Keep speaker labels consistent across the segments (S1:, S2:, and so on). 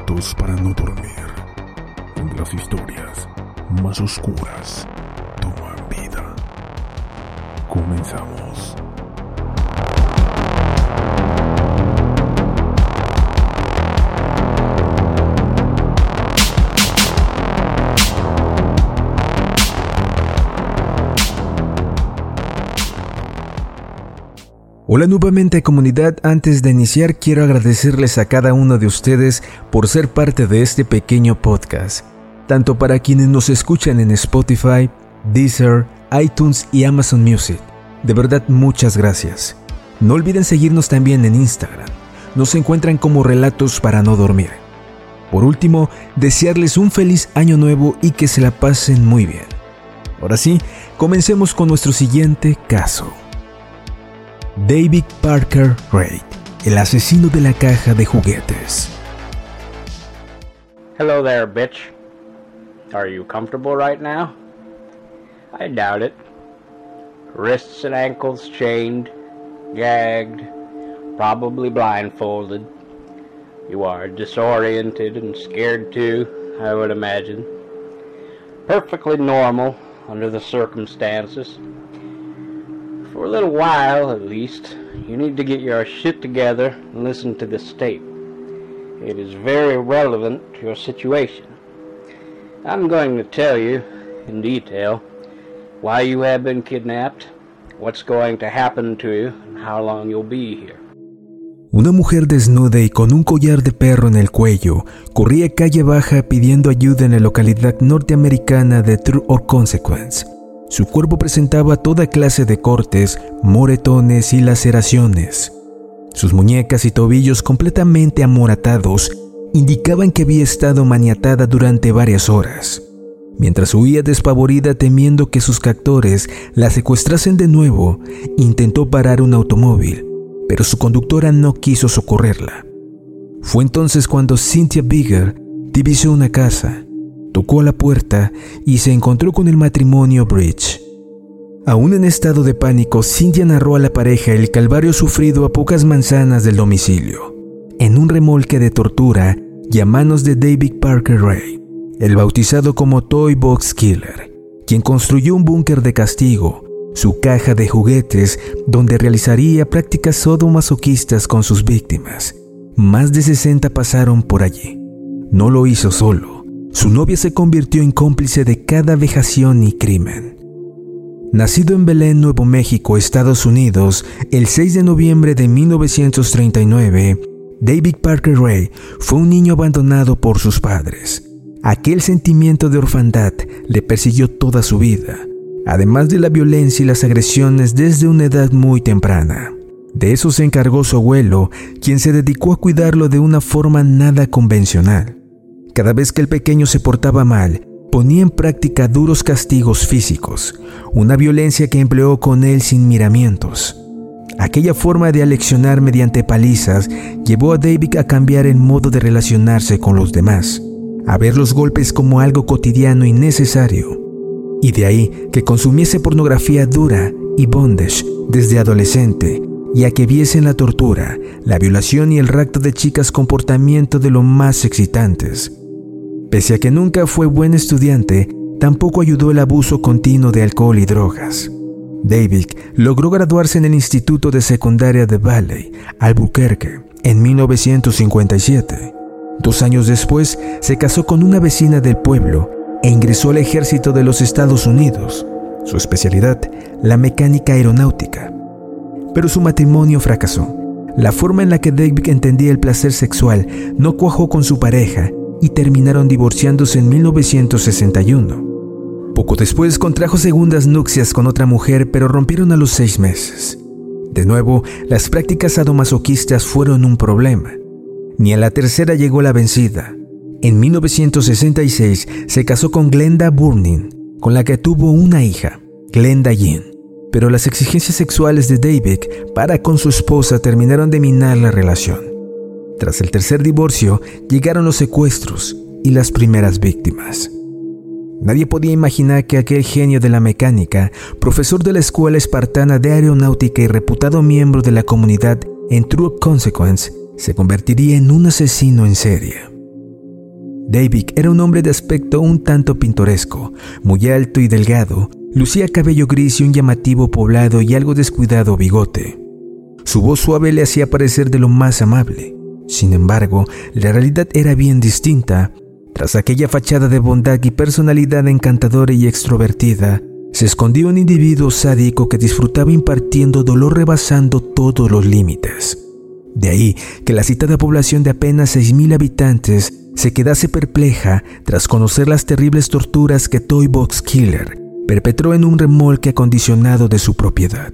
S1: Relatos para no dormir, donde las historias más oscuras toman vida. Comenzamos.
S2: Hola nuevamente comunidad, antes de iniciar quiero agradecerles a cada uno de ustedes por ser parte de este pequeño podcast, tanto para quienes nos escuchan en Spotify, Deezer, iTunes y Amazon Music. De verdad muchas gracias. No olviden seguirnos también en Instagram, nos encuentran como Relatos para no dormir. Por último, desearles un feliz año nuevo y que se la pasen muy bien. Ahora sí, comencemos con nuestro siguiente caso. David Parker Ray, el asesino de la caja de juguetes.
S3: Hello there, bitch. Are you comfortable right now? I doubt it. Wrists and ankles chained, gagged, probably blindfolded. You are disoriented and scared too, I would imagine. Perfectly normal under the circumstances. For a little while, at least, you need to get your shit together and listen to this tape. It is very relevant to your situation. I'm going to tell you, in detail, why you have been kidnapped, what's going to happen to you, and how long you'll be here.
S2: Una mujer desnuda y con un collar de perro en el cuello corría calle baja pidiendo ayuda en la localidad norteamericana de True or Consequence. Su cuerpo presentaba toda clase de cortes, moretones y laceraciones. Sus muñecas y tobillos completamente amoratados indicaban que había estado maniatada durante varias horas. Mientras huía despavorida temiendo que sus captores la secuestrasen de nuevo, intentó parar un automóvil, pero su conductora no quiso socorrerla. Fue entonces cuando Cynthia Bigger divisó una casa. Tocó a la puerta y se encontró con el matrimonio Bridge. Aún en estado de pánico, Cynthia narró a la pareja el calvario sufrido a pocas manzanas del domicilio, en un remolque de tortura y a manos de David Parker Ray, el bautizado como Toy Box Killer, quien construyó un búnker de castigo, su caja de juguetes, donde realizaría prácticas sadomasoquistas con sus víctimas. Más de 60 pasaron por allí. No lo hizo solo. Su novia se convirtió en cómplice de cada vejación y crimen. Nacido en Belén, Nuevo México, Estados Unidos, el 6 de noviembre de 1939, David Parker Ray fue un niño abandonado por sus padres. Aquel sentimiento de orfandad le persiguió toda su vida, además de la violencia y las agresiones desde una edad muy temprana. De eso se encargó su abuelo, quien se dedicó a cuidarlo de una forma nada convencional. Cada vez que el pequeño se portaba mal, ponía en práctica duros castigos físicos, una violencia que empleó con él sin miramientos. Aquella forma de aleccionar mediante palizas llevó a David a cambiar el modo de relacionarse con los demás, a ver los golpes como algo cotidiano y necesario. Y de ahí que consumiese pornografía dura y bondage desde adolescente, y a que viesen la tortura, la violación y el rapto de chicas comportamiento de lo más excitantes. Pese a que nunca fue buen estudiante, tampoco ayudó el abuso continuo de alcohol y drogas. David logró graduarse en el Instituto de Secundaria de Valley, Albuquerque, en 1957. 2 años después, se casó con una vecina del pueblo e ingresó al ejército de los Estados Unidos. Su especialidad, la mecánica aeronáutica. Pero su matrimonio fracasó. La forma en la que David entendía el placer sexual no cuajó con su pareja y terminaron divorciándose en 1961. Poco después contrajo segundas nupcias con otra mujer, pero rompieron a los 6 meses. De nuevo, las prácticas sadomasoquistas fueron un problema. Ni a la tercera llegó la vencida. En 1966 se casó con Glenda Burning, con la que tuvo una hija, Glenda Jean. Pero las exigencias sexuales de David para con su esposa terminaron de minar la relación. Tras el tercer divorcio, llegaron los secuestros y las primeras víctimas. Nadie podía imaginar que aquel genio de la mecánica, profesor de la Escuela Espartana de Aeronáutica y reputado miembro de la comunidad en True Consequence, se convertiría en un asesino en serie. David era un hombre de aspecto un tanto pintoresco, muy alto y delgado, lucía cabello gris y un llamativo poblado y algo descuidado bigote. Su voz suave le hacía parecer de lo más amable. Sin embargo, la realidad era bien distinta. Tras aquella fachada de bondad y personalidad encantadora y extrovertida, se escondía un individuo sádico que disfrutaba impartiendo dolor rebasando todos los límites. De ahí que la citada población de apenas 6,000 habitantes se quedase perpleja tras conocer las terribles torturas que Toy Box Killer perpetró en un remolque acondicionado de su propiedad.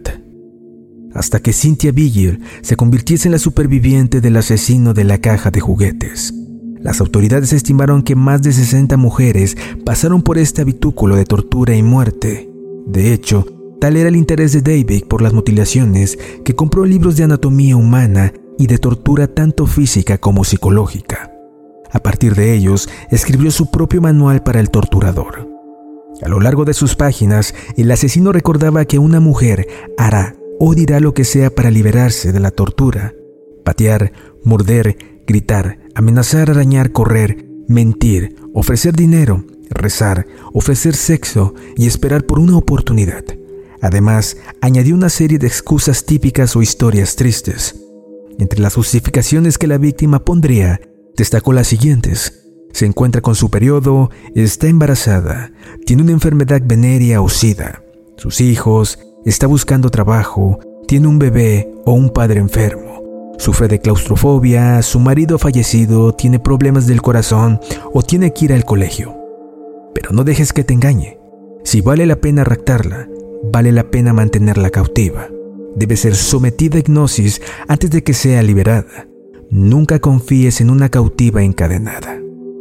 S2: Hasta que Cynthia Vigil se convirtiese en la superviviente del asesino de la caja de juguetes. Las autoridades estimaron que más de 60 mujeres pasaron por este habitáculo de tortura y muerte. De hecho, tal era el interés de David por las mutilaciones que compró libros de anatomía humana y de tortura tanto física como psicológica. A partir de ellos, escribió su propio manual para el torturador. A lo largo de sus páginas, el asesino recordaba que una mujer hará o dirá lo que sea para liberarse de la tortura: patear, morder, gritar, amenazar, arañar, correr, mentir, ofrecer dinero, rezar, ofrecer sexo y esperar por una oportunidad. Además, añadió una serie de excusas típicas o historias tristes. Entre las justificaciones que la víctima pondría, destacó las siguientes: se encuentra con su periodo, está embarazada, tiene una enfermedad venérea o SIDA, sus hijos, está buscando trabajo, tiene un bebé o un padre enfermo, sufre de claustrofobia, su marido ha fallecido, tiene problemas del corazón o tiene que ir al colegio. Pero no dejes que te engañe. Si vale la pena raptarla, vale la pena mantenerla cautiva. Debe ser sometida a hipnosis antes de que sea liberada. Nunca confíes en una cautiva encadenada.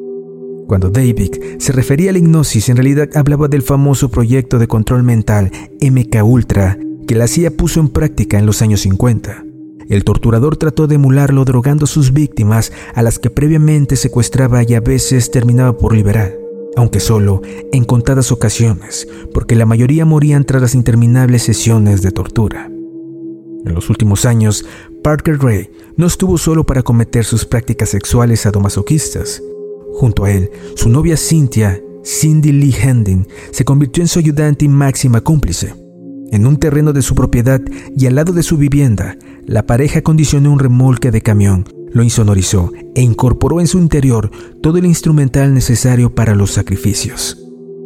S2: Cuando David se refería a la hipnosis, en realidad hablaba del famoso proyecto de control mental MKUltra que la CIA puso en práctica en los años 50. El torturador trató de emularlo drogando a sus víctimas, a las que previamente secuestraba y a veces terminaba por liberar, aunque solo en contadas ocasiones, porque la mayoría morían tras las interminables sesiones de tortura. En los últimos años, Parker Ray no estuvo solo para cometer sus prácticas sexuales sadomasoquistas. Junto a él, su novia Cindy Lee Hending, se convirtió en su ayudante y máxima cómplice. En un terreno de su propiedad y al lado de su vivienda, la pareja acondicionó un remolque de camión, lo insonorizó e incorporó en su interior todo el instrumental necesario para los sacrificios.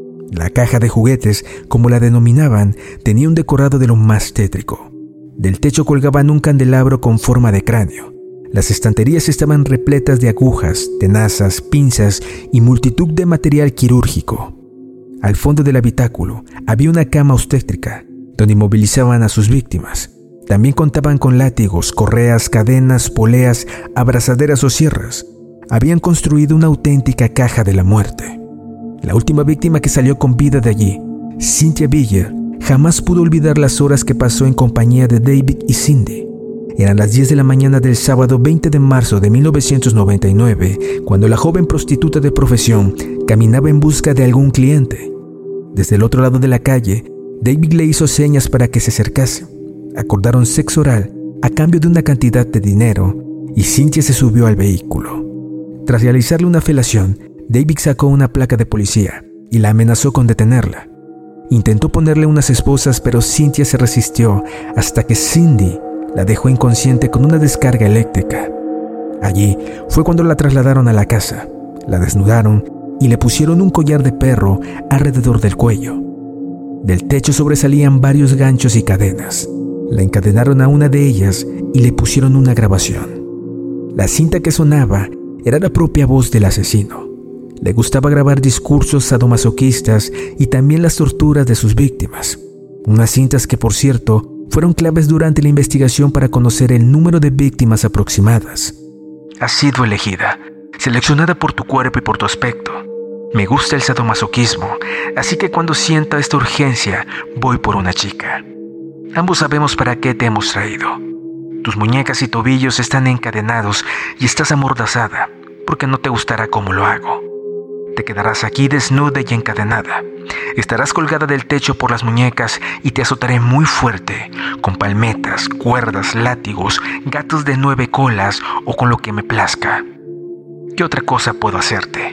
S2: La caja de juguetes, como la denominaban, tenía un decorado de lo más tétrico. Del techo colgaban un candelabro con forma de cráneo. Las estanterías estaban repletas de agujas, tenazas, pinzas y multitud de material quirúrgico. Al fondo del habitáculo había una cama obstétrica, donde inmovilizaban a sus víctimas. También contaban con látigos, correas, cadenas, poleas, abrazaderas o sierras. Habían construido una auténtica caja de la muerte. La última víctima que salió con vida de allí, Cynthia Vigil, jamás pudo olvidar las horas que pasó en compañía de David y Cindy. Eran las 10 de la mañana del sábado 20 de marzo de 1999, cuando la joven prostituta de profesión caminaba en busca de algún cliente. Desde el otro lado de la calle, David le hizo señas para que se acercase. Acordaron sexo oral a cambio de una cantidad de dinero y Cynthia se subió al vehículo. Tras realizarle una felación, David sacó una placa de policía y la amenazó con detenerla. Intentó ponerle unas esposas, pero Cynthia se resistió hasta que Cindy la dejó inconsciente con una descarga eléctrica. Allí fue cuando la trasladaron a la casa, la desnudaron y le pusieron un collar de perro alrededor del cuello. Del techo sobresalían varios ganchos y cadenas. La encadenaron a una de ellas y le pusieron una grabación. La cinta que sonaba era la propia voz del asesino. Le gustaba grabar discursos sadomasoquistas y también las torturas de sus víctimas. Unas cintas que, por cierto, fueron claves durante la investigación para conocer el número de víctimas aproximadas. Has sido elegida, seleccionada por tu cuerpo y por tu aspecto. Me gusta el sadomasoquismo, así que cuando sienta esta urgencia, voy por una chica. Ambos sabemos para qué te hemos traído. Tus muñecas y tobillos están encadenados y estás amordazada, porque no te gustará cómo lo hago. Te quedarás aquí desnuda y encadenada. Estarás colgada del techo por las muñecas y te azotaré muy fuerte, con palmetas, cuerdas, látigos, gatos de 9 colas o con lo que me plazca. ¿Qué otra cosa puedo hacerte?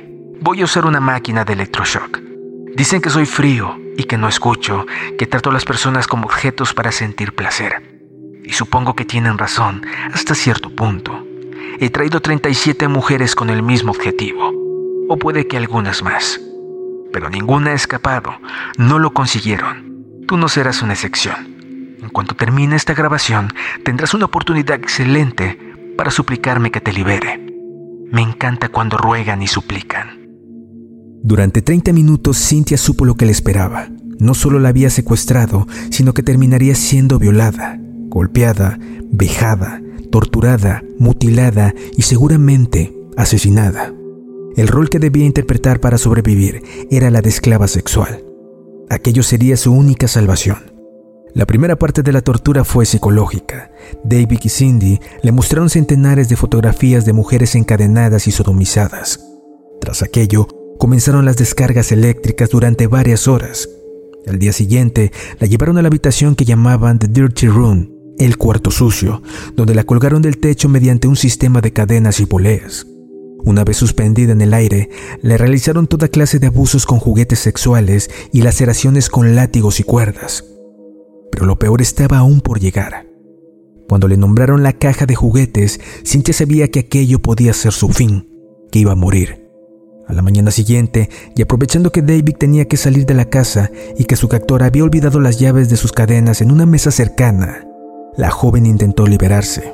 S2: Voy a usar una máquina de electroshock. Dicen que soy frío y que no escucho, que trato a las personas como objetos para sentir placer. Y supongo que tienen razón hasta cierto punto. He traído 37 mujeres con el mismo objetivo, o puede que algunas más. Pero ninguna ha escapado, no lo consiguieron. Tú no serás una excepción. En cuanto termine esta grabación, tendrás una oportunidad excelente para suplicarme que te libere. Me encanta cuando ruegan y suplican. Durante 30 minutos, Cynthia supo lo que le esperaba. No solo la había secuestrado, sino que terminaría siendo violada, golpeada, vejada, torturada, mutilada y seguramente asesinada. El rol que debía interpretar para sobrevivir era la de esclava sexual. Aquello sería su única salvación. La primera parte de la tortura fue psicológica. David y Cindy le mostraron centenares de fotografías de mujeres encadenadas y sodomizadas. Tras aquello, comenzaron las descargas eléctricas durante varias horas. Al día siguiente, la llevaron a la habitación que llamaban The Dirty Room, el cuarto sucio, donde la colgaron del techo mediante un sistema de cadenas y poleas. Una vez suspendida en el aire, le realizaron toda clase de abusos con juguetes sexuales y laceraciones con látigos y cuerdas. Pero lo peor estaba aún por llegar. Cuando le nombraron la caja de juguetes, Cynthia sabía que aquello podía ser su fin, que iba a morir. A la mañana siguiente, y aprovechando que David tenía que salir de la casa y que su captor había olvidado las llaves de sus cadenas en una mesa cercana, la joven intentó liberarse.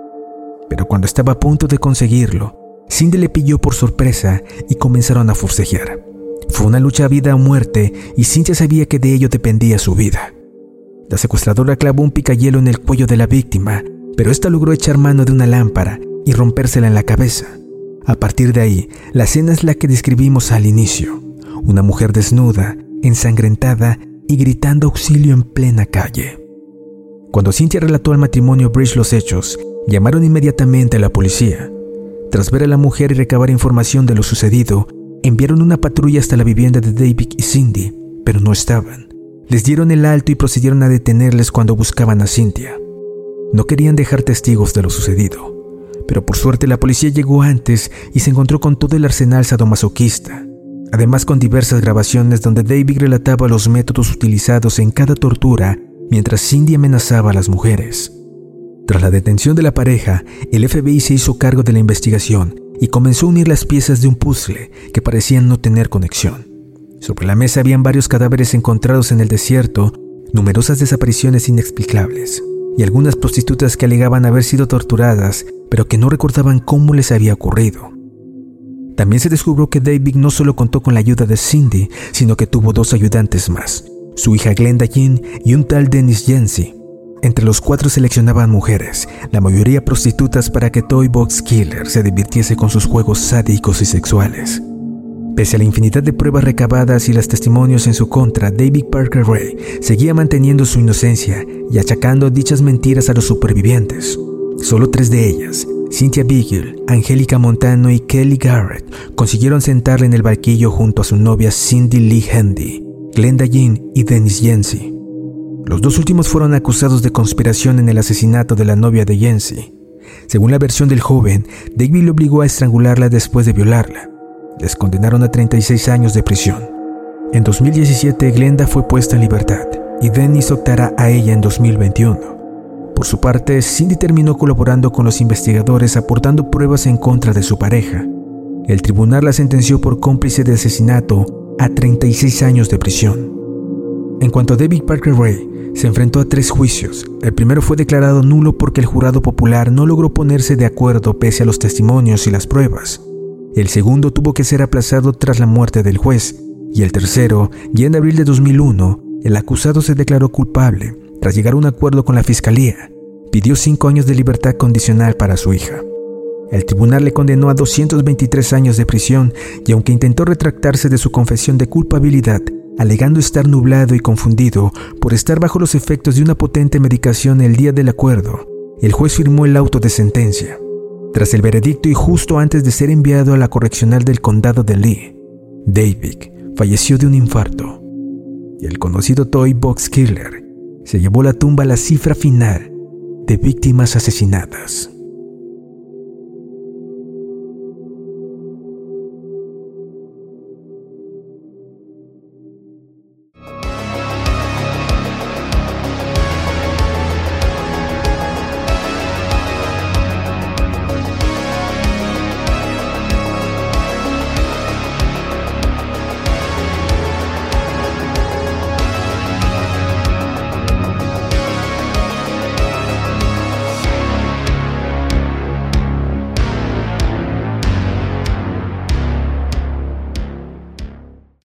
S2: Pero cuando estaba a punto de conseguirlo, Cindy le pilló por sorpresa y comenzaron a forcejear. Fue una lucha a vida o muerte y Cynthia sabía que de ello dependía su vida. La secuestradora clavó un picahielo en el cuello de la víctima, pero ésta logró echar mano de una lámpara y rompérsela en la cabeza. A partir de ahí, la escena es la que describimos al inicio. Una mujer desnuda, ensangrentada y gritando auxilio en plena calle. Cuando Cynthia relató al matrimonio Bridge los hechos, llamaron inmediatamente a la policía. Tras ver a la mujer y recabar información de lo sucedido, enviaron una patrulla hasta la vivienda de David y Cindy, pero no estaban. Les dieron el alto y procedieron a detenerles cuando buscaban a Cynthia. No querían dejar testigos de lo sucedido, pero por suerte la policía llegó antes y se encontró con todo el arsenal sadomasoquista, además con diversas grabaciones donde David relataba los métodos utilizados en cada tortura mientras Cindy amenazaba a las mujeres. Tras la detención de la pareja, el FBI se hizo cargo de la investigación y comenzó a unir las piezas de un puzzle que parecían no tener conexión. Sobre la mesa habían varios cadáveres encontrados en el desierto, numerosas desapariciones inexplicables y algunas prostitutas que alegaban haber sido torturadas, pero que no recordaban cómo les había ocurrido. También se descubrió que David no solo contó con la ayuda de Cindy, sino que tuvo 2 ayudantes más, su hija Glenda Jean y un tal Dennis Yancey. Entre los 4 seleccionaban mujeres, la mayoría prostitutas, para que Toy Box Killer se divirtiese con sus juegos sádicos y sexuales. Pese a la infinidad de pruebas recabadas y los testimonios en su contra, David Parker Ray seguía manteniendo su inocencia y achacando dichas mentiras a los supervivientes. Solo 3 de ellas, Cynthia Beagle, Angélica Montano y Kelly Garrett, consiguieron sentarle en el banquillo junto a su novia Cindy Lee Handy, Glenda Jean y Dennis Yancey. Los 2 últimos fueron acusados de conspiración en el asesinato de la novia de Yancey. Según la versión del joven, David le obligó a estrangularla después de violarla. Les condenaron a 36 años de prisión. En 2017, Glenda fue puesta en libertad y Dennis optará a ella en 2021. Por su parte, Cindy terminó colaborando con los investigadores aportando pruebas en contra de su pareja. El tribunal la sentenció por cómplice de asesinato a 36 años de prisión. En cuanto a David Parker Ray, se enfrentó a 3 juicios. El primero fue declarado nulo porque el jurado popular no logró ponerse de acuerdo pese a los testimonios y las pruebas. El segundo tuvo que ser aplazado tras la muerte del juez, y el tercero, ya en abril de 2001, el acusado se declaró culpable tras llegar a un acuerdo con la fiscalía. Pidió 5 años de libertad condicional para su hija. El tribunal le condenó a 223 años de prisión y aunque intentó retractarse de su confesión de culpabilidad, alegando estar nublado y confundido por estar bajo los efectos de una potente medicación el día del acuerdo, el juez firmó el auto de sentencia. Tras el veredicto y justo antes de ser enviado a la correccional del condado de Lee, David falleció de un infarto. Y el conocido Toy Box Killer se llevó a la tumba la cifra final de víctimas asesinadas.